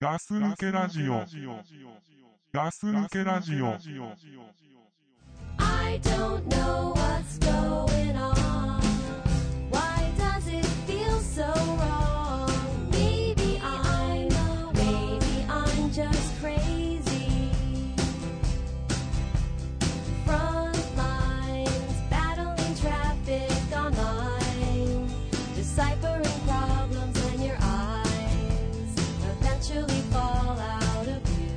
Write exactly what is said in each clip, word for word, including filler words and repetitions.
ガス抜けラジオ。ガス抜けラジオ。 I don't know what's going on. Why does it feel so wrong? Maybe I'm, maybe I'm just crazy. Front lines, battling traffic online, deciphering problems in your eyes, eventually fall out of view.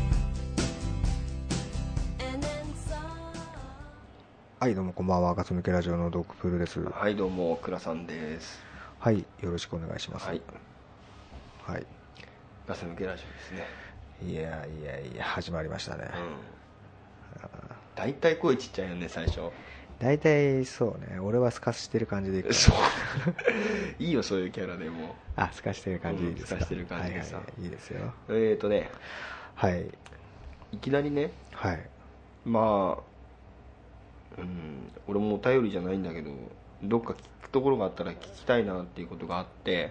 And then some. はい、どうもこんばんは。ガス抜けラジオのドッグプールです。 はい、どうも倉さんです。 はい、よろしくお願いします。 はい、 はい、 ガス抜けラジオですね。 いやいやいや始まりましたね。 うん。だいたい声ちっちゃいよね最初。 だいたいそうね。俺はスカしてる感じでいく。 そう。いいよそういうキャラでも。 あ、スカしてる感じいいですか。 うん、スカしてる感じでさ、 はいはい、いいですよ。 えーとね、 はい。 いきなりね、 はい。 まあ、うん、俺もお便りじゃないんだけど、どっか聞くところがあったら聞きたいなっていうことがあって、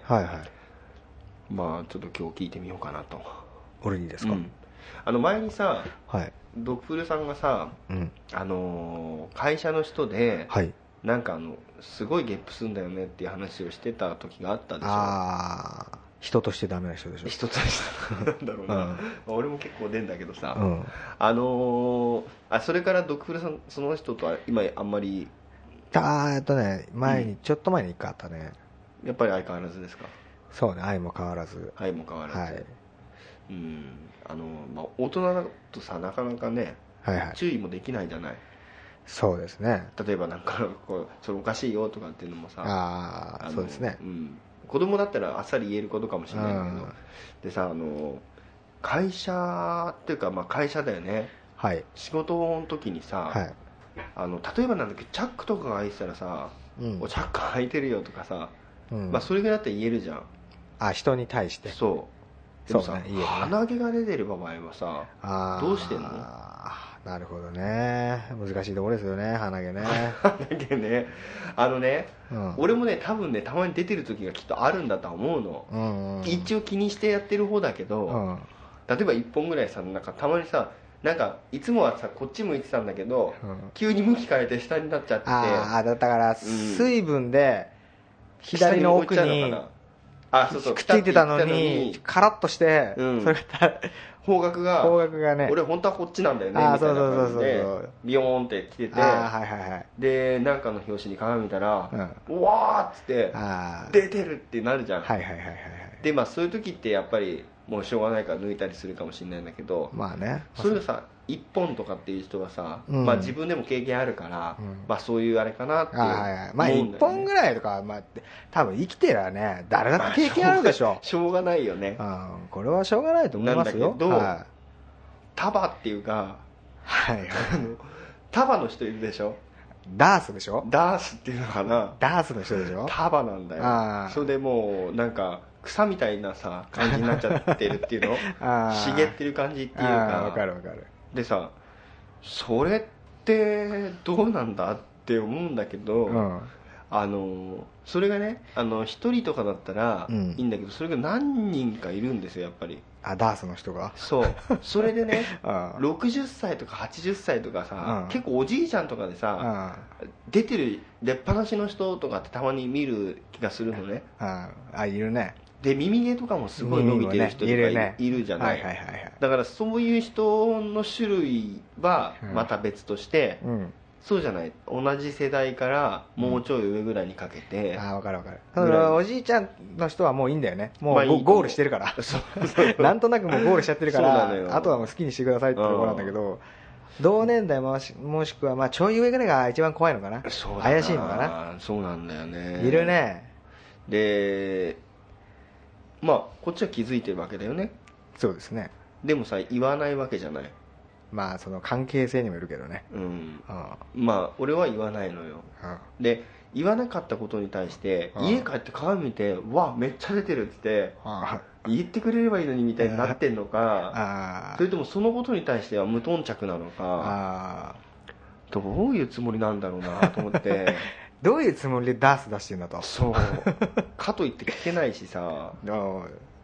はいはい。 まあちょっと今日聞いてみようかなと。 俺にですか。うん、 あの前にさ、 はい。 ドクプルさんがさ、 うん、 あのー、会社の人で、 はい、なんかあのすごいゲップすんだよねっていう話をしてた時があったでしょ。 ああ、人としてダメな人でしょ。 人としてなんだろうな、うん、俺も結構出んだけどさ、 うん、 あのー、あそれからドクフルさんその人とは今あんまり。 あーっとね前に、うん、ちょっと前に一回あったね。 やっぱり相変わらずですか。 そうね、愛も変わらず。 愛も変わらず、はい、うん、あのまあ、大人だとさなかなかね、はいはい、注意もできないじゃない。 そうですね。 例えばなんかこうそれおかしいよとかっていうのもさ、 ああそうですね、 うん、子供だったらあっさり言えることかもしれないけど、でさ、あの会社っていうか、まあ、会社だよね、はい、仕事の時にさ、はい、あの例えばなんだっけ、チャックとかが開いてたらさ、うん、おチャック開いてるよとかさ、うん、まあ、それぐらいだったら言えるじゃん。 あ、人に対して。 そうでもさ、 そうね、言えるね。 鼻毛が出てる場合はさ、あどうしてんの。 なるほどね、難しいところですよね、鼻毛ね。 鼻毛ね、あのね、うん、俺もね多分ねたまに出てる時がきっとあるんだとは思うの、うんうん、一応気にしてやってる方だけど、うん、例えばいっぽんぐらいさ、なんかたまにさ、なんかいつもはさこっち向いてたんだけど、うん、急に向き変えて下になっちゃってて、 ああだから水分で左の奥にあそうそうくっついてたのにカラッとして、うん、それが方角が方角がね、 俺本当はこっちなんだよねみたいな感じでビヨーンって来てて、 あ、はいはいはい、 でなんかの表紙に鏡見たら、うん、うわーっつって出てるってなるじゃん。 はいはいはいはい、 でまあそういう時ってやっぱりもうしょうがないから抜いたりするかもしれないんだけど、 まあね、 それがさいっぽんとかっていう人はさ、うん、まあ自分でも経験あるから、うん、まあそういうあれかなって思うんだよね。はいはい、 まあいっぽんぐらいとか、まあ、多分生きてりゃね誰だって経験あるでしょ、まあ、 しょうがないよね、 うん、これはしょうがないと思いますよ。 なんだけど、はい、束っていうか、はいはい、束の人いるでしょ。 ダースでしょ。 ダースっていうのかな、 ダースの人でしょ。 束なんだよ。それでもうなんか草みたいなさ感じになっちゃってるっていうの茂ってる感じっていうか、 わかるわかる。 でさ、それってどうなんだって思うんだけど、うん、あのそれがね、あのひとりとかだったらいいんだけど、うん、それが何人かいるんですよやっぱり。 あ、ダースの人が。 そうそれでねろくじゅっさいとかはちじゅっさいとかさ、うん、結構おじいちゃんとかでさ、うん、出てる出っ放しの人とかってたまに見る気がするのね。 ああ、いるね。 で耳毛とかもすごい伸びてる人とか いる,、ね、いるじゃない。だからそういう人の種類はまた別として、うん、そうじゃない、同じ世代からもうちょい上ぐらいにかけて、 うん、ああ分かる分かる。そのおじいちゃんの人はもういいんだよね、もう、まあ、いいゴールしてるからなんとなくもうゴールしちゃってるからあとはもう好きにしてくださいってところなんだけど、同年代もしもしくはまあちょい上ぐらいが一番怖いのかな。そうだな、怪しいのかな。 そうなんだよね。 いるね。 でまあこっちは気づいてるわけだよね。 そうですね。 でもさ言わないわけじゃない。 まあその関係性にもよるけどね。 うん、ああまあ俺は言わないのよ。ああで言わなかったことに対してああ家帰って鏡見て「わめっちゃ出てる」って言ってくれればいいのにみたいになってんのか、ああそれともそのことに対しては無頓着なのか、ああどういうつもりなんだろうなと思ってどういうつもりでダース出してるんだと。 そうかといって聞けないしさ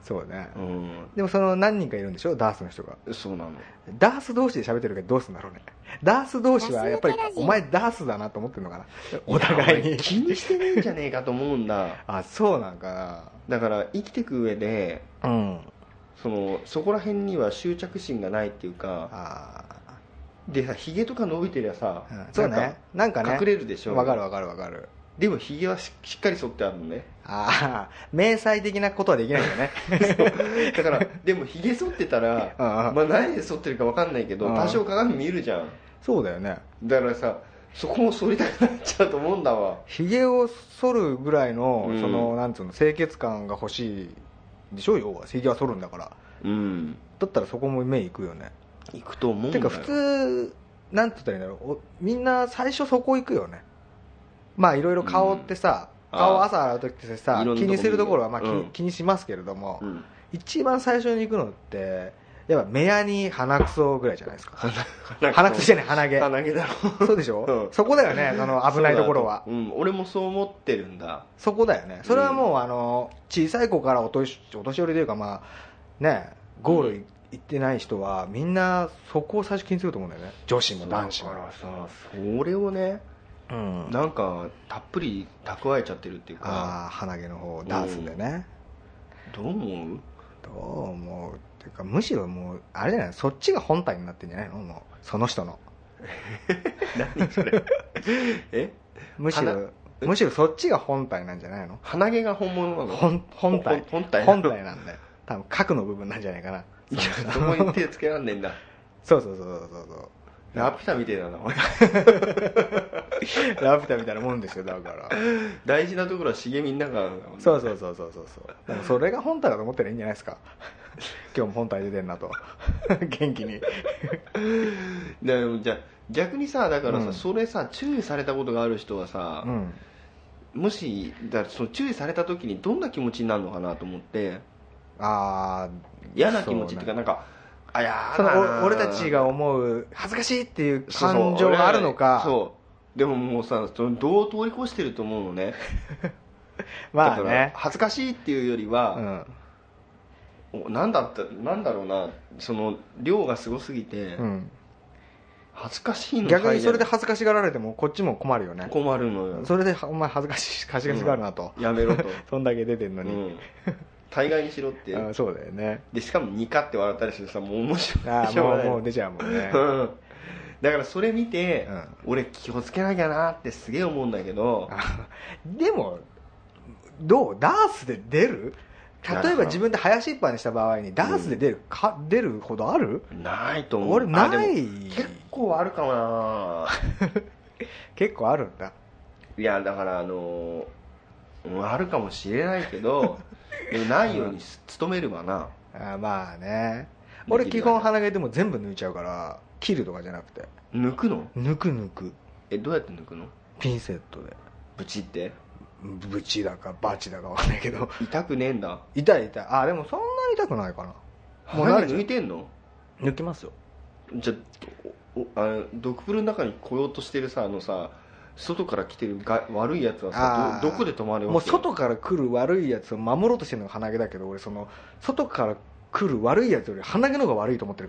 そうね、 うん、 でもその何人かいるんでしょダースの人が。 そうなの。 ダース同士で喋ってるけどどうするんだろうね。ダース同士はやっぱりお前ダースだなと思ってるのかな、お互いに。 気にしてないんじゃねえかと思うんだあ、そうなんかな。だから生きていく上で、 な。うん。 そのそこら辺には執着心がないっていうか、 あでさ、ヒゲとか伸びてりゃさ、 うん、そうね、なんかね隠れるでしょ。 わかるわかるわかる。 でもヒゲは し, しっかり剃ってあるのね。 ああ、迷彩的なことはできないよね。 だからでもヒゲ剃ってたらああ、 まあ、何で剃ってるか分かんないけど、 ああ多少鏡見えるじゃん。 そうだよね。 だからさ、そこも剃りたくなっちゃうと思うんだわ。 ヒゲを剃るぐらいの、 うん、 そのなんつうの清潔感が欲しいでしょ。要はヒゲは剃るんだから、 うん、 だったらそこも目いくよね。 いくと思うんだよ。 てか普通なんて言ったらいいんだろう、おみんな最初そこ行くよね。まあいろいろ顔ってさ、うん、顔朝洗う時ってさ気にするところはまあ気に、うん、気にしますけれども、うん、一番最初に行くのってやっぱ目やに鼻くそぐらいじゃないですか。鼻くそじゃない、鼻毛。 鼻毛だろ。 そうでしょ、うん、そこだよね、その危ないところは。 う、うん、俺もそう思ってるんだ。 そこだよね。それはもう、うん、あの小さい子からお年お年寄りというか、まあね、ゴール行ってない人はみんなそこを最初気にすると思うんだよね。女子も男子も。 だからさ、それをね、うん、なんかたっぷり蓄えちゃってるっていうか。 ああ、鼻毛の方ダンスでね、 うん、どう思う？ どう思うっていうか、むしろもうあれじゃない、そっちが本体になってんじゃないの、もうその人の。 何それえ、 むしろむしろそっちが本体なんじゃないの。 鼻毛が本物なの？ 本本体本体本体なんだよ。多分核の部分なんじゃないかな。 いや、そこに手つけらんねえんだ。 そうそうそうそうそう。 ラピュタみたいだな、俺。 ラピュタみたいなもんですよ。だから大事なところは茂みの中なんだもんね。 そうそうそうそうそうそう。でもそれが本体だと思ったらいいんじゃないですか。今日も本体出てんなと。元気に。 でもじゃあ逆にさ、だからさ、うん、それさ、注意されたことがある人はさ、うん、もしだその注意された時にどんな気持ちになるのかなと思って。 ああ、 嫌な気持ちっていうか、なんか、あ、やその俺たちが思う恥ずかしいっていう感情があるのか。 そうそう、そうでももうさ、そのどう通り越してると思うのね。 まあね、 恥ずかしいっていうよりは、うん、なんだったなんだろうな、その量がすごすぎて、うん、恥ずかしいの。 逆にそれで恥ずかしがられてもこっちも困るよね。 困るのよ。 それでお前恥ずかしい恥ずかしがるなと、 うん、やめろと。 そんだけ出てんのに、うん、 大概にしろって。 あ、そうだよね。 でしかもニカって笑ったりしてさ、もう面白い。 あ、もうもう出ちゃうもんね。 だからそれ見て、うん、俺気をつけなきゃなってすげえ思うんだけど。 でもどう、ダースで出る？例えば自分で林一般にした場合にダースで出る、うん、か出るほどある？ ないと思う。 俺ない。 結構あるかもな。 結構あるんだ。 いや、だからあのー、あるかもしれないけどでもないように努めるわな。 あ、まあね。俺基本鼻毛でも全部抜いちゃうから、切るとかじゃなくて。 抜くの？ 抜く抜く。 え、どうやって抜くの？ピンセットで。ブチって？ ブチだかバチだかわかんないけど。 痛くねえんだ。 痛い痛い。あ、でもそんなに痛くないかな。 もう何抜いてんの？ 抜きますよ。 じゃあ、あのドクプルの中に来ようとしてるさ、あのさ、外から来てるが悪いやつはさ、 ど, どこで止まるわけ？ もう外から来る悪いやつを守ろうとしてるのが鼻毛だけど、俺その外から来る悪いやつより鼻毛の方が悪いと思ってる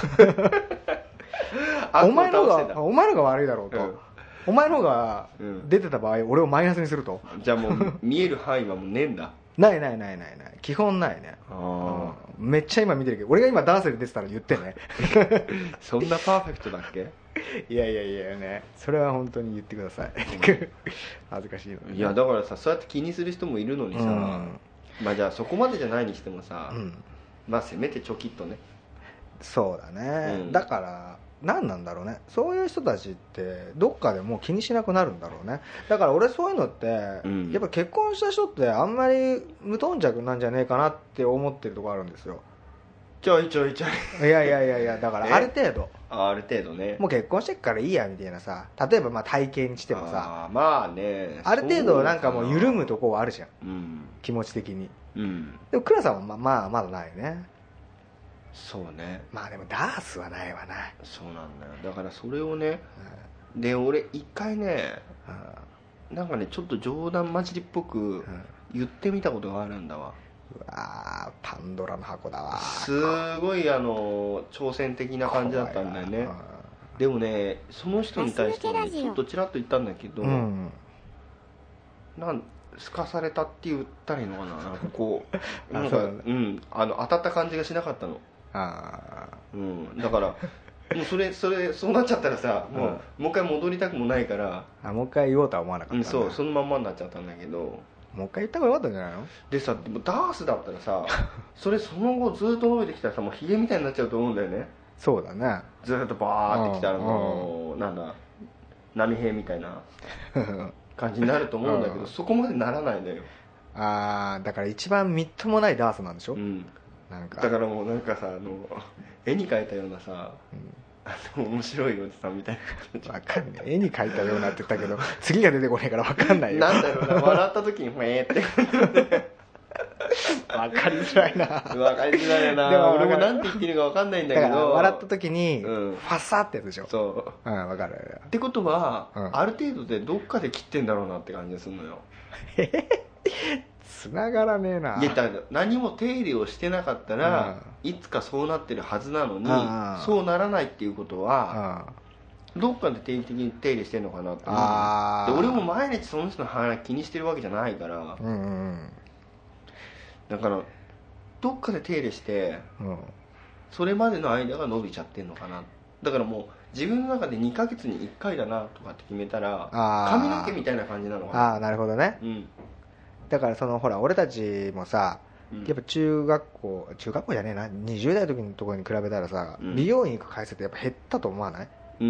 からお前のがお前のが悪いだろうと、うん、お前の方が出てた場合、うん、俺をマイナスにすると。 じゃあもう見える範囲はもうねえんだ。 ないないないないない、基本ないね。あ、うん、めっちゃ今見てるけど、俺が今ダースで出てたら言ってね。 そんなパーフェクトだっけ？ いやいやいやね、それは本当に言ってください。恥ずかしいの、ね、 いやだからさ、そうやって気にする人もいるのにさ、うん、まあじゃあそこまでじゃないにしてもさ、うん、まあせめてちょきっとね。そうだね、うん、だから何なんだろうね、そういう人たちってどっかでもう気にしなくなるんだろうね。だから俺そういうのって、うん、やっぱ結婚した人ってあんまり無頓着なんじゃねえかなって思ってるところあるんですよ。 ちょいちょいちょい。 いやいやいやいや、だからある程度、 あある程度ね、 もう結婚してっからいいやみたいなさ、例えばまあ体型にしてもさ、 あ、まあね、 ある程度なんかもう緩むとこはあるじゃん、うん、気持ち的に、うん、でも倉さんはまあ、まあ、まだないね。 そうね。 まあでもダースはないわな。 そうなんだよ。だからそれをね、うん、で俺一回ね、うん、なんかねちょっと冗談交じりっぽく言ってみたことがあるんだわ。 うわパンドラの箱だわ。 すごいあの挑戦的な感じだったんだよね。でもねその人に対しても、ね、ちょっとちらっと言ったんだけど、うん、なんすかされたって言ったらいいのかな、なんかこうなんかう、ん、あの当たった感じがしなかったの。あ、うん、だからもうそれそれそうなっちゃったらさ、もう、うん、もう一回戻りたくもないから、 あもう一回言おうとは思わなかった、ね、うん、 そうそのまんまになっちゃったんだけど、 もう一回言った方がよかったんじゃないの。 でさ、でもダースだったらさそれその後ずっと伸びてきたらさ、もうヒゲみたいになっちゃうと思うんだよね。 そうだね、 ずっとバーってきたらもうなんだ波平みたいな感じになると思うんだけどそこまでならないのよ。 ああだから一番みっともないダースなんでしょ、うん、 なんかだからもうなんかさあの絵に描いたようなさ、うん、あの面白いおじさんみたいな。 わかんない、絵に描いたようなって言ったけど次が出てこないからわかんないよ。 なんだろうな、笑った時にほえーってわかりづらいな。 わかりづらいよな。でも俺もなんて言ってるかわかんないんだけど、だから笑った時に、うん、ファサってやつでしょ。そう、うん、わかる。 ってことは、うん、ある程度でどっかで切ってんだろうなって感じがするのよ。 繋がらねえな。 いやだから何も手入れをしてなかったら、うん、いつかそうなってるはずなのに、そうならないっていうことは、どっかで定期的に手入れしてるのかなって思う。あで俺も毎日その人の鼻気にしてるわけじゃないから、うんうん、だからどっかで手入れして、うん、それまでの間が伸びちゃってるのかな。だからもう自分の中でにかげつにいっかいだなとかって決めたら髪の毛みたいな感じなのかな。 ああなるほどね、うん、だからそのほら俺たちもさ、うん、やっぱ中学校中学校じゃねえなにじゅう代の時のところに比べたらさ、うん、美容院行く回数ってやっぱ減ったと思わない？うん、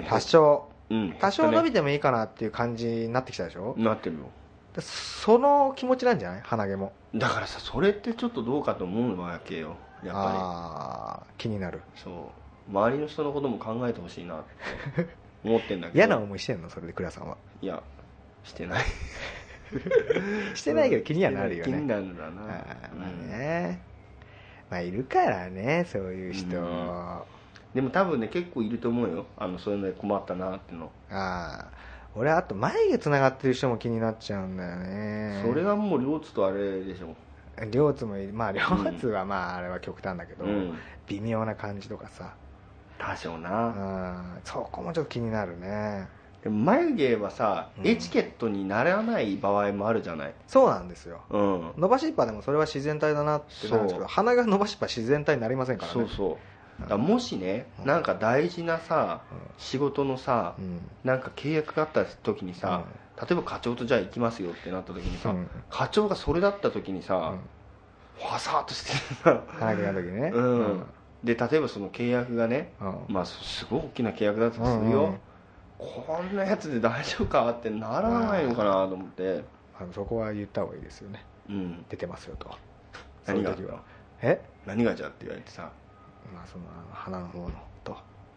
多少、うん、多少伸びてもいいかなっていう感じになってきたでしょ。 なってるよ。 その気持ちなんじゃない？鼻毛も。 だからさそれってちょっとどうかと思うわけよやっぱり。 ああ気になる。 そう周りの人のことも考えてほしいなって思ってんだけど。 嫌な思いしてんのそれで倉さんは？ いやしてないしてないけど気にはなるよね。 気になるんだな。あまあね、まあいるからねそういう人、うん、 でも多分ね結構いると思うよ、あのそういうので困ったなっていうの。 ああ俺あと眉毛つながってる人も気になっちゃうんだよね。 それはもう両津とあれでしょ。 両津もいい、まあ両津はまああれは極端だけど、うん、微妙な感じとかさ多少な、うん、 そこもちょっと気になるね。 でも眉毛はさ、うん、エチケットにならない場合もあるじゃない。 そうなんですよ、うん、伸ばしっぱでもそれは自然体だなってなるんですけど鼻が伸ばしっぱ自然体になりませんからね。 そうそうだもしね、うん、なんか大事なさ、うん、仕事のさ、うん、なんか契約があった時にさ、うん、例えば課長とじゃあ行きますよってなった時にさ、うん、課長がそれだった時にさ、ファサーっとしてさ鼻毛の時ね、 うんうん、で例えばその契約がね、まあすごい大きな契約だったとするよ、うんうん、こんなやつで大丈夫かってならないのかなと思って、 あのそこは言った方がいいですよね、うん、出てますよと。 何がえ何がじゃって言われてさ、 まあその鼻の方のと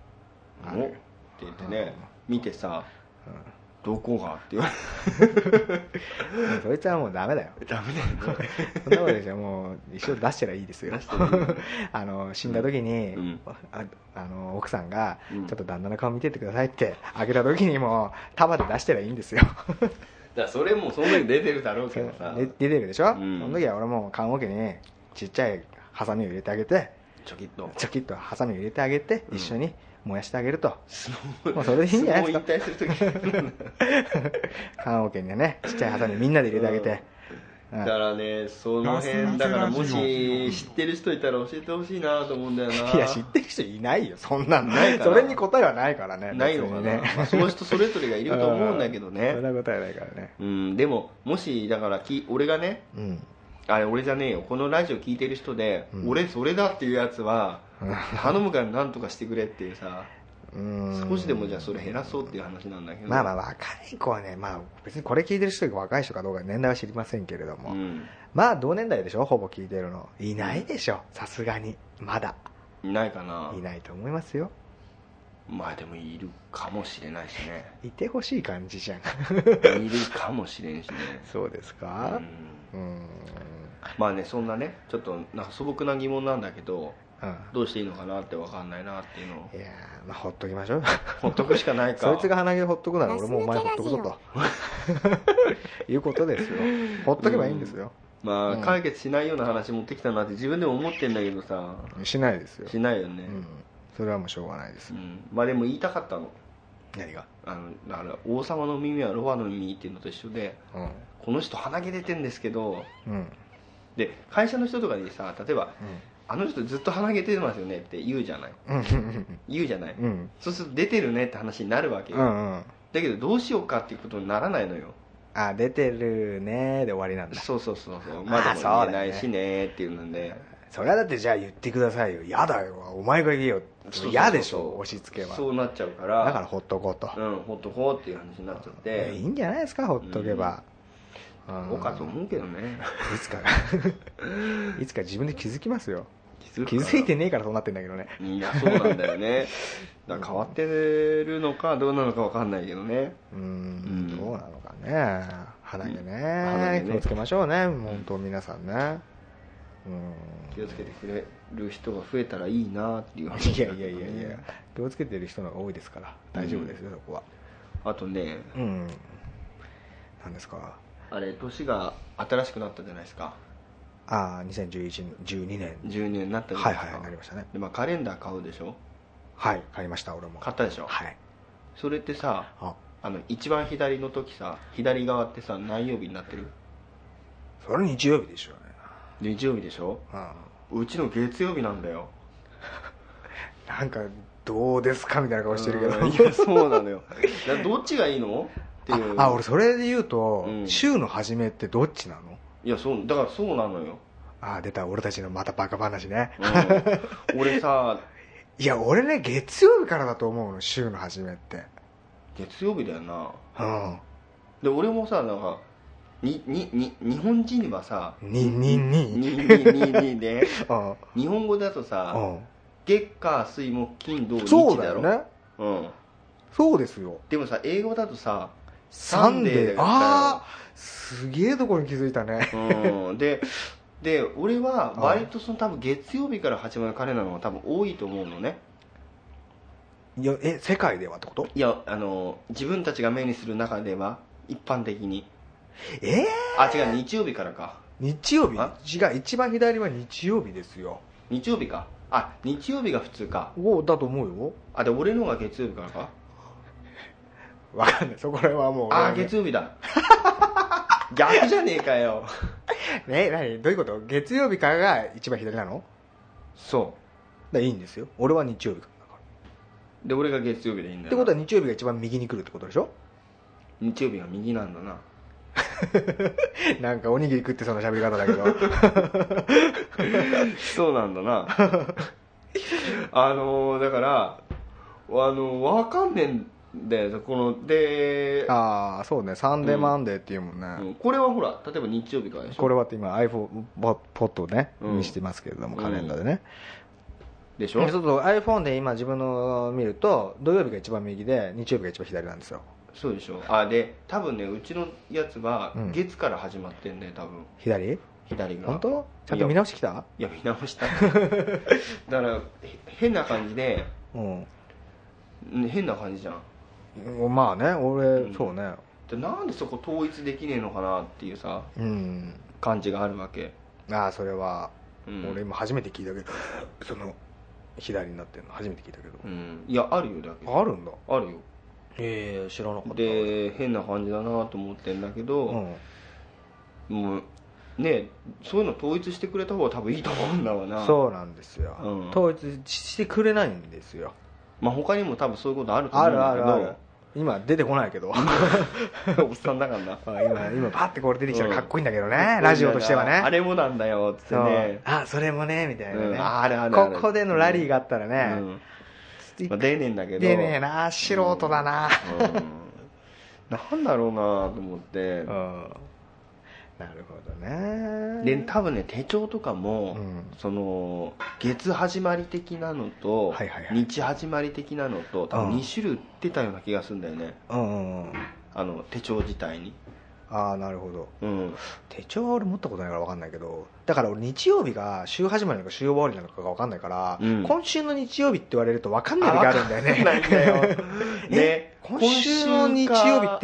「おっ」って言ってね見てさ「うん、どこが?」って言われてそいつはもうダメだよ。 ダメだよそんなことでしょ。もう一生出したらいいですよあの死んだ時に、うん、ああの奥さんが、うん、ちょっと旦那の顔見てってくださいってあげた時にも束で出したらいいんですよだからそれもその時出てるだろうけどさ出てるでしょ、うん、その時は俺も棺桶にちっちゃいハサミを入れてあげてチョキッとチョキッとハサミを入れてあげて、うん、一緒に燃やしてあげると、もうそれでいいんじゃないですか。引退する時棺桶にねちっちゃいハサミみんなで入れてあげて、 うん、だからねその辺だからもし知ってる人いたら教えてほしいなと思うんだよな。 いや知ってる人いないよそんなんないからそれに答えはないからね。 ないのかな、ねまあ、その人それぞれがいると思うんだけどねそんな答えないからね、 うん、でももしだからき俺がね、うんあれ俺じゃねえよこのラジオ聞いてる人で、うん、俺それだっていうやつは頼むから何とかしてくれっていうさうん少しでもじゃあそれ減らそうっていう話なんだけど、 まあまあ若い子はね、まあ、別にこれ聞いてる人が若い人かどうか年代は知りませんけれども、うん、まあ同年代でしょほぼ聞いてるのいないでしょさすがにまだいないかな。 いないと思いますよ。 まあでもいるかもしれないしね。 いてほしい感じじゃんいるかもしれんしねそうですか。うんうんまあねそんなねちょっとなんか素朴な疑問なんだけど、うん、どうしていいのかなって分かんないなっていうのを。 いやまあほっときましょうほっとくしかないかそいつが鼻毛ほっとくなら俺もお前ほっとくぞということですよ。ほっとけばいいんですよ、 まあ、うん、解決しないような話持ってきたなって自分でも思ってんだけどさ、 しないですよ。 しないよね、 うん、それはもうしょうがないです、 うん、まあでも言いたかったの。 何が？ あのだから王様の耳はロバの耳っていうのと一緒で、うん、この人鼻毛出てんですけど、うん、で会社の人とかにさ、例えば、うん、あの人ずっと鼻毛出てますよねって言うじゃない言うじゃない、うん、そうすると出てるねって話になるわけよ、うんうん、だけどどうしようかっていうことにならないのよ。 あ、出てるねで終わりなんだ。 そうそうそうそう、まだも言えないしねっていうので、 それはだってじゃあ言ってくださいよ、嫌だよお前が言えよ、嫌でしょ押し付けは。 そうなっちゃうから、 だからほっとこうと、 うん、ほっとこうっていう話になっちゃって、 いいんじゃないですかほっとけば、 そうかと思うけどね。 いつかいつか自分で気づきますよ。気づ, 気づいてねえからそうなってんだけどね。 いやそうなんだよね。だから変わってるのかどうなのか分かんないけどね。うーん、うん、 どうなのかね。鼻毛ね、鼻毛ね、気をつけましょうね本当皆さんね。うん、 気をつけてくれる人が増えたらいいなっていう話。いやいやいやいや、気をつけてる人の方が多いですから大丈夫ですよ、うん、そこは。 あとね、うん、 何ですか。 あれ年が新しくなったじゃないですか。 ああにせんじゅういちねんじゅうにねんじゅうにねんになったじゃないですか。 はいはい、なりましたね。 で、まあ、カレンダー買うでしょ。 はい、買いました。俺も買ったでしょ。 はい。 それってさ、ああの一番左の時さ、左側ってさ何曜日になってる？ それ日曜日でしょうね。日曜日でしょ。うん、うちの月曜日なんだよ。 なんかどうですかみたいな顔してるけど。 いやそうなのよ。どっちがいいのっていう。 ああ、俺それで言うと、うん、週の初めってどっちなの？ いやそうだからそうなのよ。 ああ出た俺たちのまたバカ話ね、 うん、俺さいや俺ね月曜日からだと思うの週の初めって。 月曜日だよな。うんで俺もさなんかににに日本人はさににににににで日本語だとさ月火水木金土日だろ。 そうだよね。うんそうですよ。 でもさ英語だとさサンデー。ああすげえところに気づいたね。 うんでで俺は割とその多分月曜日から始まるカレンダーの方が多分多いと思うのね。 いやえ世界ではってこと？ いやあの自分たちが目にする中では一般的に。 えー、 あ違う日曜日からか。 日曜日？違う一番左は日曜日ですよ。 日曜日か。あ日曜日が普通か。 おだと思うよ。 あで俺のが月曜日からか。 わかんないそこらはもう。 あ月曜日だ。逆じゃねえかよ。 ね何どういうこと？月曜日からが一番左なの？ そうだいいんですよ。俺は日曜日からだからで俺が月曜日でいいんだよ。 ってことは日曜日が一番右に来るってことでしょ。 日曜日が右なんだな。 なんかおにぎり食ってそうな喋り方だけど。 そうなんだな。あのだからあの分かんねえんでこのでああそうねサンデーマンデーっていうもんね、 うん、これはほら例えば日曜日からでしょ。 これはって今 iPhone ポットをね、うん、見してますけれどもカレンダーでね、 うん、でしょ。そうそう iPhone で今自分の見ると土曜日が一番右で日曜日が一番左なんですよ。 そうでしょ。あで多分ねうちのやつは月から始まってんね多分。 左左が本当ちゃんと見直してきた？ いや見直した。だから変な感じで、うん、変な感じじゃん。 まあね俺、うん、そうねでなんでそこ統一できねえのかなっていうさ、うん、感じがあるわけ。 ああそれは、うん、俺今初めて聞いたけどその左になってるの初めて聞いたけど、 うん、いやあるよだけど。あるんだ。 あるよ。 ええー、知らなかった。 で変な感じだなと思ってんだけど、うん、もうねそういうの統一してくれた方が多分いいと思うんだわな。 そうなんですよ、うん、統一してくれないんですよ。 まあ他にも多分そういうことあると思うんだけど。あるあるある。 今出てこないけど。 おっさんだからな。 今今パッてこれ出てきたらかっこいいんだけどね、うん、ラジオとしてはね。 あれもなんだよっつってね。 あそれもねみたいなね、うん、 あるあるある。 ここでのラリーがあったらね、うんうんまあ、出ねえんだけど出ねえな素人だな、 うんうん、なんだろうなと思って、うん、 なるほどね。 で多分ね手帳とかも、うん、その月始まり的なのと、はいはいはい、日始まり的なのと多分に種類売ってたような気がするんだよね、うんうんうん、あの手帳自体に。 ああなるほど、うん、手帳は俺持ったことないから分かんないけどだから俺日曜日が週始まりなのか週終わりなのかが分かんないから、うん、今週の日曜日って言われると分かんない時あるんだよね。 ないんだよね今週の日曜日って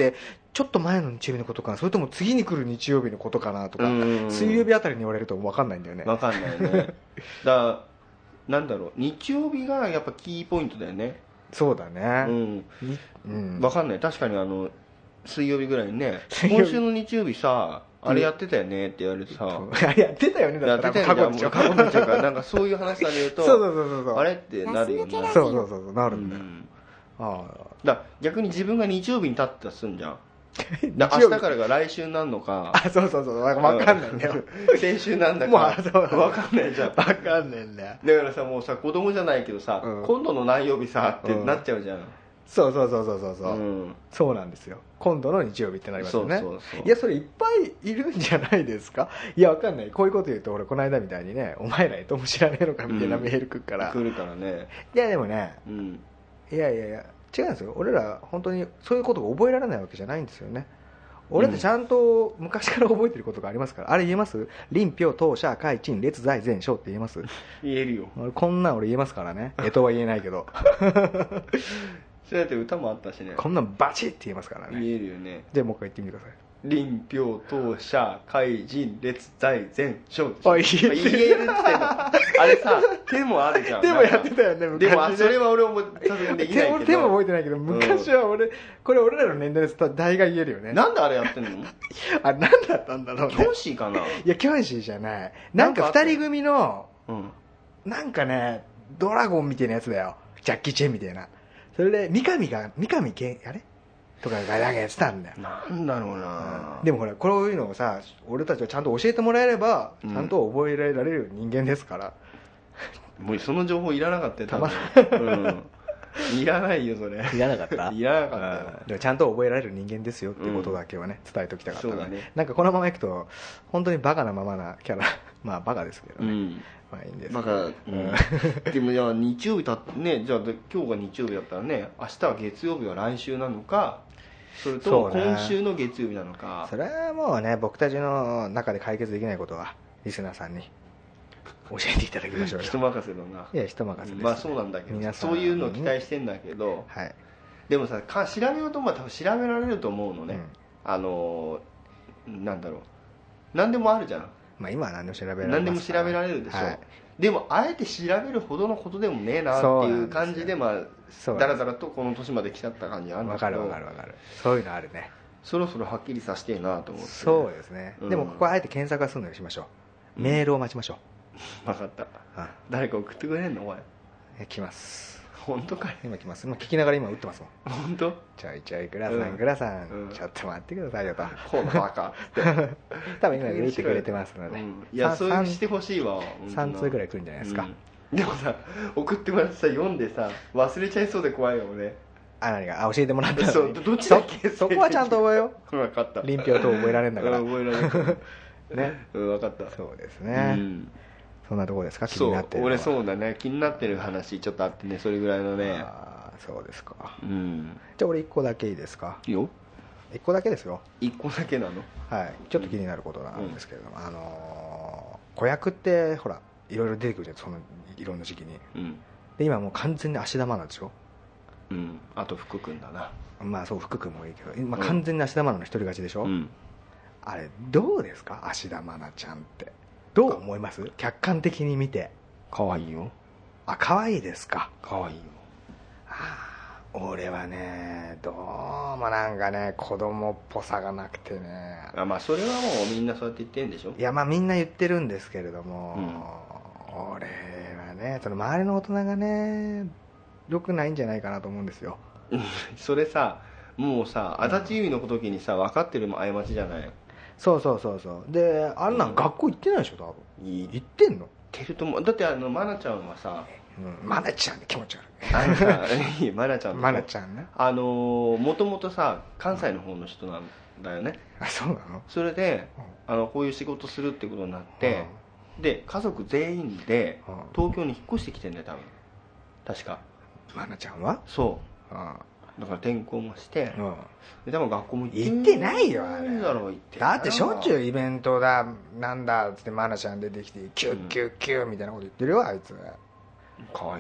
ちょっと前の日曜日のことかな、それとも次に来る日曜日のことかなとか、 うん水曜日あたりに言われると分かんないんだよね。 分かんないねだからなんだろう、日曜日がやっぱキーポイントだよね。 そうだね、 うんうん、 分かんない。確かにあの水曜日ぐらいにね、 水曜日今週の日曜日さあれやってたよねって言われてさ、 あれやってたよね、だったらやってたよね、 過去でしょ。 過去のっていうかなんかそういう話されるとそうそうそうそうそう、 あれってなるよね。 そうそうそうそうなるんだよ、 うんあだから逆に自分が日曜日に立ってたらすんじゃん。だ日曜日明日からが来週になるのかあ、そうそうそう、分かんないんだよ、 先週なんだもうかそう分かんないじゃん。 分かんないんだよ。 だからさもうさ子供じゃないけどさ、 うん今度の何曜日さってなっちゃうじゃん。 そうそうそうそうそうそう、 うんそうなんですよ、今度の日曜日ってなりますよね。 そうそうそういやそれいっぱいいるんじゃないですか。いやわかんない、こういうこと言うと俺この間みたいにね、お前らえとも知らねえのかみたいなメール来るから、 来るからね。 いやでもね、 うんいやいやいや違うんですよ、俺ら本当にそういうことが覚えられないわけじゃないんですよね。俺ってちゃんと昔から覚えてることがありますから、あれ言えます？臨氷当社海鎮列在前書って言えます？ 言えるよ。 俺こんなん俺言えますからね、えとは言えないけどそれだって歌もあったしね。 こんなんバチって言えますからね。 言えるよね。 じゃあもう一回言ってみてください。 臨氷当社海人列在前書。 あ言えてる言えるって言ってんの。あれさ手もあるじゃん。 でもやってたよね昔ね。 でもそれは俺もさすがにできないけど。 俺手も覚えてないけど、昔は俺、これ俺らの年代ですと大概言えるよね。 なんであれやってんの？ あれ何だったんだろうね。 キョンシーかな。 いやキョンシーじゃない、なんか二人組のうんなんかねドラゴンみたいなやつだよ、ジャッキー・チェンみたいな。それで三上が三上健あれとかがなんかやってたんだよ。 なんだろうな。 でもほらこういうのをさ俺たちはちゃんと教えてもらえればちゃんと覚えられる人間ですから、 もうその情報いらなかったよ多分。うんいらないよそれ。 いらなかったいらなかったよ。 でもちゃんと覚えられる人間ですよっていうことだけはね、伝えておきたかったから、 そうだね。 なんかこのままいくと本当にバカなままなキャラまあバカですけどね、 うんまあいいんですバカ、うん、でもじゃあ日曜日たってね、じゃあ今日が日曜日だったらね、明日は月曜日は来週なのか、それとそうね今週の月曜日なのか。 それはもうね僕たちの中で解決できないことはリスナーさんに教えていただきましょうよ。 人任せだな。 いや人任せです、 まあそうなんだけど、 皆さんそういうのを期待してんだけど、 はい、 でもさか調べようと思えば多分調べられると思うのね、 うんあのなんだろう、何でもあるじゃん。 まあ今は何でも調べられます何でも調べられるでしょ、 はい、 でもあえて調べるほどのことでもねえなっていう感じで、まあだらだらとこの年まで来ちゃった感じあるんだけど、 分かる分かる分かる、そういうのあるね。 そろそろはっきりさせてえなと思って。 そうですね、 うんでもここはあえて検索はするのにしましょう、メールを待ちましょ分かった。 う、あ誰か送ってくれんのお前。 え来ます、 本当かい。 今来ます、今聞きながら今打ってますもん。 本当。 ちょいちょいグラさん、 うんグラさん、 うんちょっと待ってくださいよとこのバカって多分今打ってくれてますので、 うんいやそういうしてほしいわ。 さん通ぐらい来るんじゃないですか、 うんでもさ送ってもらってさ読んでさ忘れちゃいそうで怖いよね。 あ何があ教えてもらったのにそうどっちだっけ。 そそこはちゃんと覚えよ分かった。 う、臨氷と覚えられるんだから、 うん覚えられるね、 うん分かった。 そうですうね、 んそんなところですか、気そうになってるのは。 俺そうだね、気になってる話ちょっとあってね、それぐらいのね。 あーそうですか。 うんじゃあ俺いっこだけいいですか。 いいよ。 いっこだけですよ。 いっこだけなの。 はい、ちょっと気になることなんですけれども、あのー子役ってほらいろいろ出てくるじゃん、そのいろんな時期に。 うんで今もう完全に芦田愛菜でしょ。 うんあと福君だな。 まあそう福君もいいけど、今うん完全に芦田愛菜の一人勝ちでしょ、 うんあれどうですか、芦田愛菜ちゃんってどう思います、客観的に見て。 可愛いよ。 あ可愛いですか。 可愛いよ。 あー俺はねどうもなんかね子供っぽさがなくてね。 あまあそれはもうみんなそうやって言ってんでしょ。 いやまあみんな言ってるんですけれども、俺はねその周りの大人がね良くないんじゃないかなと思うんですよ。 それさもうさ足立由美の時にさ分かってるも過ちじゃない。 そうそうそうそうであんなん学校行ってないでしょ多分。 言っ行ってんの。 てると思う。だってあの愛菜ちゃんはさうん、マナちゃんって気持ち悪あのさいい愛菜ちゃんい。 とマナちゃんね。 あのもともとさ関西の方の人なんだよね。 あそうなの。 それでうんあのこういう仕事するってことになって、で家族全員でうん東京に引っ越してきてんだよ多分確か。 マナちゃんは。 そうんうだから転校もして、 うんで多分学校も行ってないよあれだろう行ってだってしょっちゅううイベントだなんだっつってマナちゃん出てきてキュッキュッキュッみたいなこと言ってるよあいつ。 可愛いじゃない。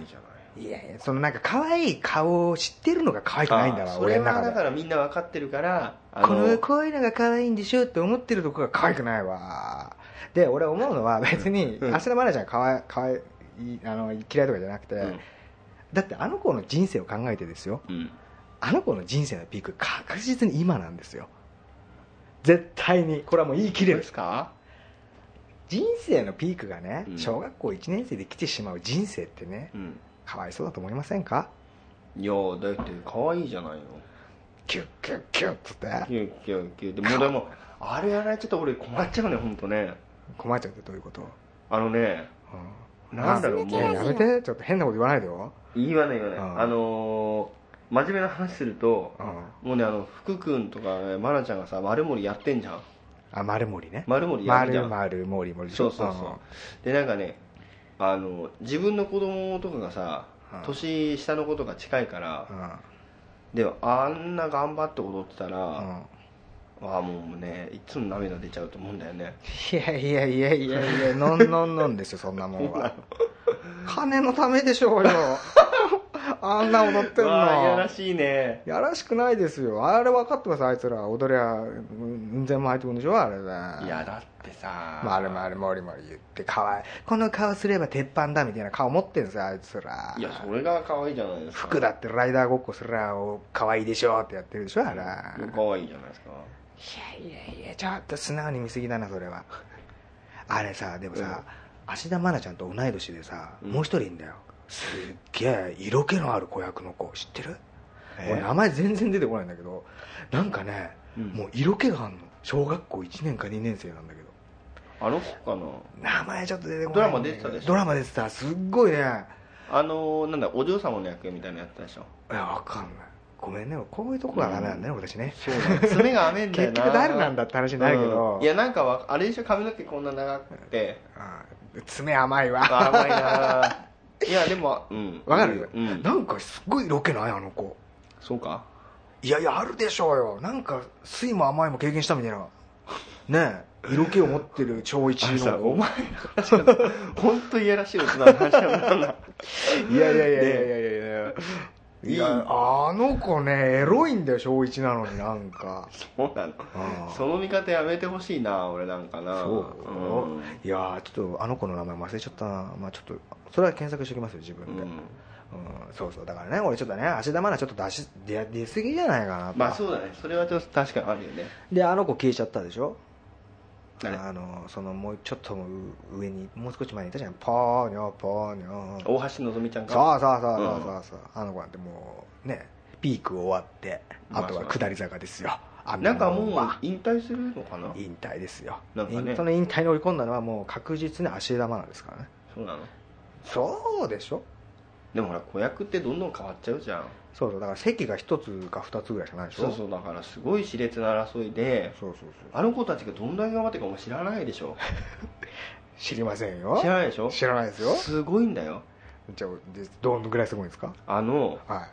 いやいや、そのなんか可愛い顔を知ってるのが可愛くないんだわ、俺の中で。 それはだからみんな分かってるから、あこのこういうのが可愛いんでしょって思ってるとこが可愛くないわ。で俺思うのは別に芦田愛菜ちゃんが可愛い可愛いあの嫌いとかじゃなくて、うん、だってあの子の人生を考えてですよ、うん、あの子の人生のピーク確実に今なんですよ。絶対にこれはもう言い切れる。 ですか？ 人生のピークがね、うん、小学校いちねん生で来てしまう人生ってね、うん、かわいそうだと思いませんか？ いやだって可愛いじゃないの。 キュッキュッキュッつってキュッキュッキュッでもうでもあれやられちゃったら俺困っちゃうね本当ね。 困っちゃうってどういうこと？ あのね、うん、なんだろうもうやめてちょっと変なこと言わないでよ。 言わない言わない、うん、あのー、真面目な話すると、うん、もうねあの福君とか愛菜ちゃんがさ丸森やってんじゃん。 あ丸森ね。 丸森やるじゃん。 丸丸森森そうそうそう、うん、でなんかねあの自分の子供とかがさ、うん、年下の子とか近いから、うん、であんな頑張って踊ってたら、うんああもうねいつも涙出ちゃうと思うんだよね。 いやいやいやいやいやのんのんのんですよそんなもんは。金のためでしょうよ。あんな踊ってんの。 やらしいね。 やらしくないですよ。あれ分かってますあいつら踊りゃうん千万入ってくるんでしょあれで。 いやだってさまるまるもりもり言ってかわいいこの顔すれば鉄板だみたいな顔持ってんすよあいつら。 いやそれが可愛いじゃないですか。 服だってライダーごっこすりゃ可愛いでしょってやってるでしょあれ。 可愛いじゃないですか。 いやいやいやちょっと素直に見すぎだなそれは。あれさでもさ、うん、芦田愛菜ちゃんと同い年でさ、うん、もう一人いんだよ。すっげえ色気のある子役の子知ってる？俺名前全然出てこないんだけどなんかね、うん、もう色気があるの。小学校いちねんかにねん生なんだけど。 あの子かな。 名前ちょっと出てこない。 ドラマ出てたでしょ。 ドラマ出てたすっごいねあのなんだお嬢様の役みたいなのやってたでしょ。 いやわかんないごめんねこういうとこがダメなんだね、うん、私ね。 そうだ爪が甘いんだよな。 結局誰なんだって話になるけど、 うん、いやなんかわあれでしょ髪の毛こんな長くて、 うん、爪甘いわ。 甘いないやでもうんわかる、 うん、 なんかすっごい色気ないあの子。 そうか。 いやいやあるでしょうよ。なんか酸いも甘いも経験したみたいなねえ色気を持ってる超一のお前本当いやらしい大人の話なんだ。 いやいやいやいやいやいやいやあの子ねエロいんだよ小一なのになんか。 そうなの。その見方やめてほしいな俺なんかな。 そう、うん、いやちょっとあの子の名前忘れちゃったな。まあちょっとそれは検索しておきますよ自分で、うんうん、そうそうだからね俺ちょっとね芦田愛菜ちょっと出し出出過ぎじゃないかなと。 まあそうだねそれはちょっと確かにあるよね。 であの子消えちゃったでしょ。あのそのもうちょっと上にもう少し前にいたじゃん。ポーニョポーニョ大橋のぞみちゃんか。 そうそうそうそうそうそう、うん、あの子なんてもうねピーク終わってあとは下り坂ですよ。 あなんかもう引退するのかな。 引退ですよなんか、ね、 その引退に追い込んだのはもう確実に芦田愛菜ですからね。 そうなの。 そうでしょ。 でもほら子役ってどんどん変わっちゃうじゃん。 そうそうだから席が一つか二つぐらいしかないでしょ。 そうそうだからすごい熾烈な争いでそうそうそうあの子たちがどんだけ頑張ってるかも知らないでしょ。 知りませんよ。 知らないでしょ。 知らないですよ。 すごいんだよ。 じゃあどのぐらいすごいんですか。 あの、 はい、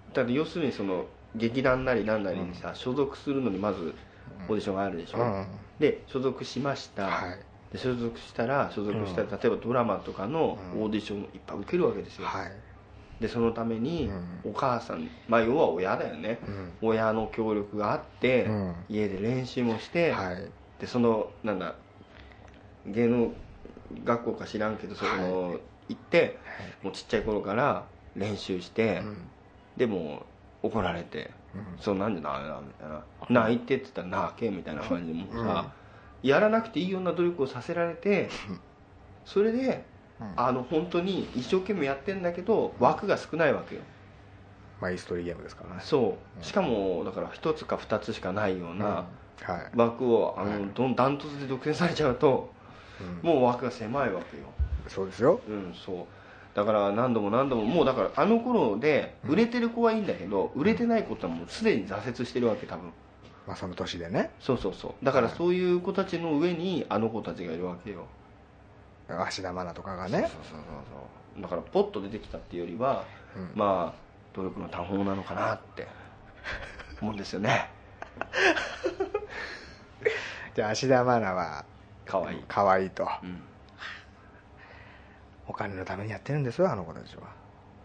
だって要するにその劇団なりなんなりにさ、うん、所属するのにまずオーディションがあるでしょ、うん、で所属しました、はい、で所属したら所属したら、うん、例えばドラマとかのオーディションをいっぱい受けるわけですよ、はい、でそのためにお母さん、まあ要は親だよね、うん、親の協力があって、うん、家で練習もして、はい、でそのなんだ芸能学校か知らんけどそこの、はい、行って、はい、もうちっちゃい頃から練習して、うん、でも怒られて、うん、そうなんでダメだみたいな、うん、泣いてって言ったら泣けみたいな感じでもうさ、うん、やらなくていいような努力をさせられてそれで、うん、あの本当に一生懸命やってんだけど枠が少ないわけよ。 まあイーストリーゲームですからね。 そう、しかもだから一つか二つしかないような枠を、あのどんダントツで独占されちゃうと、うん、もう枠が狭いわけよ。 そうですよ。 うんそうだから何度も何度ももうだからあの頃で売れてる子はいいんだけど、うん、売れてない子ってもうすでに挫折してるわけ多分。 まあその年でね。 そうそうそうだからそういう子たちの上にあの子たちがいるわけよ。 芦田愛菜とかがね。 そうそうそうそうだからポッと出てきたっていうよりは、うん、まあ努力の多方なのかなって思うんですよね。 じゃあ芦田愛菜はかわいいかわいいと、うん、 お金のためにやってるんですよあの子たちは。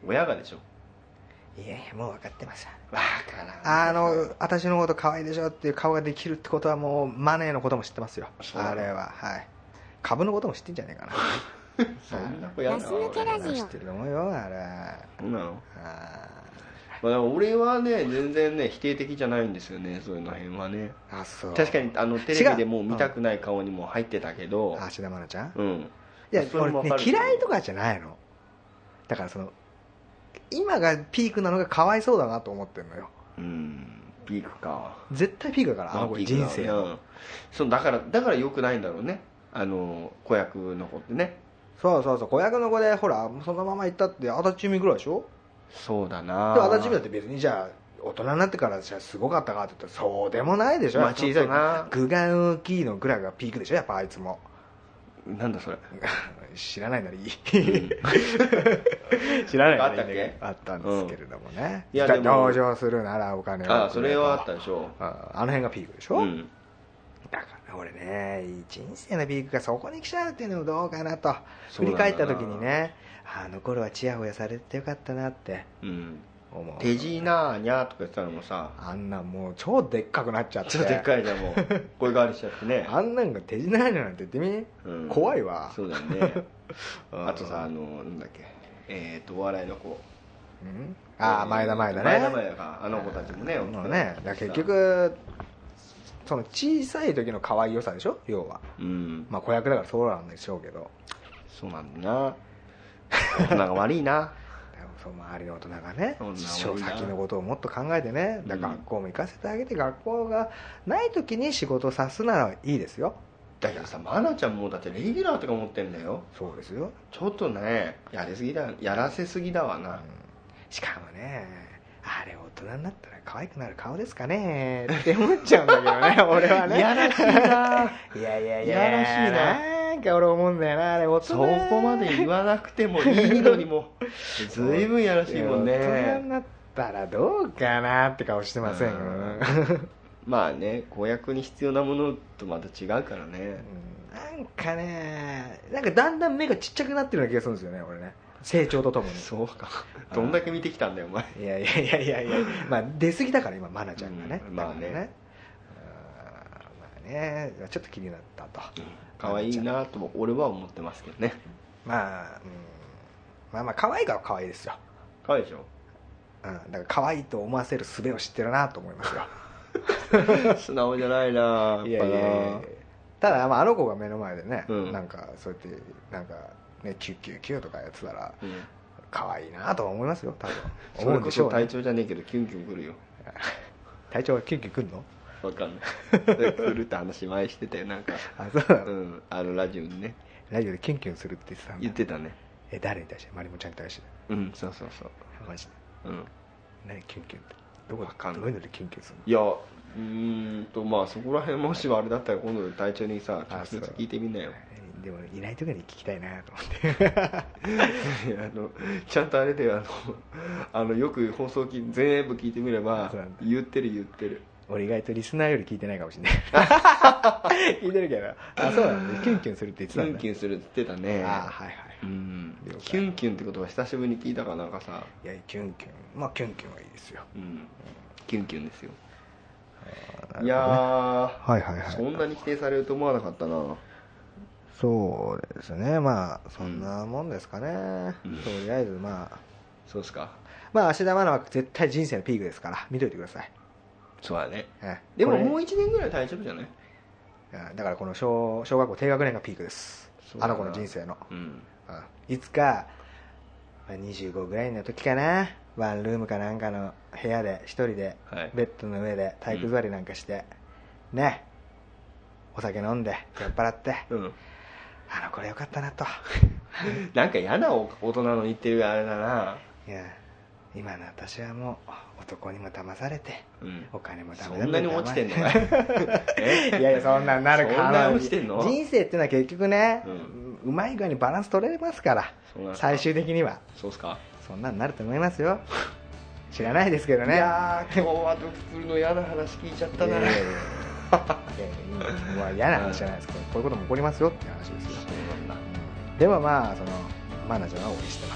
親がでしょ。 いやいやもう分かってます。 わからん。 あの私のこと可愛いでしょっていう顔ができるってことはもうマネーのことも知ってますよ。あれははい株のことも知ってんじゃないかな。 そんな子やだガス抜けラジオ知ってると思うよあれ。 そうなの。 あまあ、俺はね全然ね否定的じゃないんですよね、そういうの辺はね。 あそう確かにあのテレビでもう見たくない顔にも入ってたけど、 芦田愛菜ちゃん、 うん、 いやそれも俺、ね、 わかるけど嫌いとかじゃないの。だからその今がピークなのがかわいそうだなと思ってるのよ。 うんピークか。 絶対ピークだからあの子ピークだ人生の、 うん、そうだからだから良くないんだろうね、あの子役の子ってね。 そうそうそう子役の子でほらそのまま行ったって足立由美ぐらいでしょ。 そうだな。 で足立由美だって別にじゃあ大人になってからじゃあすごかったかって言ったらそうでもないでしょ、 まあ小さいちょっとな具が大きいのぐらいがピークでしょやっぱあいつも。 なんだそれ。 知らないならいい、 ん知らないならいいんだけどあったっけあったんですけれどもね、 うんいやでも登場するならお金をくれとあそれはあったでしょ。 ああの辺がピークでしょ、 うんだから俺ね人生のピークがそこに来ちゃうっていうのもどうかなと振りそうなんだな返った時にねあの頃はチヤホヤされてよかったなってうん思う。 手品なーにゃーとか言ってたのもさ、 あんなんもう超でっかくなっちゃってちょっとでっかいじゃんもう声変わりしちゃってね。 あんなんが手品なんなんて言ってみ、 うん怖いわ。 そうだよねうんあとさあのなんだっけえっ、とお笑いの子、 うんああ前田前田ね前田前田かあの子たちもねもうねだから結局その小さい時の可愛い良さでしょ要は。 うんまあ子役だからそうなんでしょうけどそうなんだな大人が悪いなでもそう周りの大人がねそんな一多いな生先のことをもっと考えてねだからうん学校も行かせてあげて、学校がない時に仕事をさすならいいですよ。 だけどさ愛菜ちゃんもうだってレギュラーとか持ってんだよ。 そうですよ、 ちょっとねやりすぎだやらせすぎだわな、 うんしかもねあれ大人になったら可愛くなる顔ですかねって思っちゃうんだけどね俺はねいやらしいないやいやいやいやらしいななんか俺思うんだよなあれ大人そこまで言わなくてもいいのにもずいぶんやらしいもん大人にね。 なったらどうかなって顔してませんよ、 うんまあね子役に必要なものとまた違うからね、 うんなんかねなんかだんだん目がちっちゃくなってるような気がするんですよね俺ね成長とともに。 そうかどんだけ見てきたんだよお前。 いやいやいやいやいやまあ出過ぎだから今愛菜ちゃんがね、 うんまあねだからねうんまあねちょっと気になったと、 可愛いなとも俺は思ってますけどね。 まあ、うん、まあまあ可愛いから可愛いですよ、 可愛いでしょうん、だから可愛いと思わせる術を知ってるなと思いますよ素直じゃないなやっぱないやいやいやただ、まあ、あの子が目の前でね、 うんなんかそうやってなんかねキュッキュッキュッとかやってたらうん可愛いなとは思いますよ多分それこそ思うんでしょう、ね、 体調じゃねえけどキュンキュンくるよ。 体調がキュッキュッくんのわかんないくるって話前してたよなんかあそうなの、 うんあのラジオにねラジオでキュンキュンするって言ってたんだ言ってたね。 え誰に対してマリモちゃんに対してうんそうそうそうマジでうん何キュンキュンってどこでわかんないどういうのでキュンキュンするのいやうーんとまあそこら辺もしあれだったら今度隊長にさあ直接そう聞いてみんなよ。 でもいない時に聞きたいなと思っていやあのちゃんとあれであのあのよく放送聞い全部聞いてみればそうなんだ言ってる言ってる。 俺意外とリスナーより聞いてないかもしれない聞いてるけどあそうなんだキュンキュンするって言ってキュンたんだキュンするって言ってたね。 あはいはいうん了解キュンキュンって言葉久しぶりに聞いたかなんかさ、 いやキュンキュンまあキュンキュンはいいですようん、キュンキュンですよ。 なるほどねいやー、 はいはいはいそんなに否定されると思わなかったな。 そうですねまあそんなもんですかね、 うんとりあえずまあそうっすか。 まあ芦田愛菜は絶対人生のピークですから見といてください、 そうだね。 ええこれでももういちねんぐらい大丈夫じゃない？ うんだからこの小小学校低学年がピークですそうだなあの子の人生の、 うん。 うんいつか、まあ、にじゅうごぐらいの時かなワンルームかなんかの部屋で一人ではいベッドの上で体育座りなんかして、ねお酒飲んで酔っ払ってうん。 あのこれよかったなとなんか嫌な大人の言ってるあれだな。 いや今の私はもう男にも騙されて、 うん。 お金もダそメだんなに落ちてんのかい？えいやいやそんなんなるかそんなに落ちてんの？ 人生っていうのは結局ね、 ううまい具合にバランス取れますからそうなんですか最終的にはそうっすか。 そんなんなると思いますよ知らないですけどねいやー今日はドクツルの嫌な話聞いちゃったな。 いやいやいやいやいやいや嫌な話じゃないですけどこういうことも起こりますよっていう話ですよそうなんだ。 でもまあその愛菜ちゃんは応援してます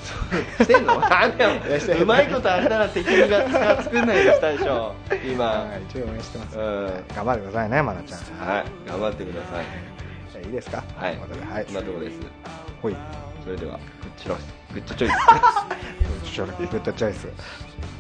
してんのあんたうまいことあんたら敵が作んないでしたでしょ今。 はい、一応応援してます、うん、頑張ってくださいね、まなちゃん。 はい、頑張ってください。 じゃあいいですか。 はい、 ということで、はい、 そんなとこです。 ほい、 それではグッチョイスグッチョチョイスグッドチョイス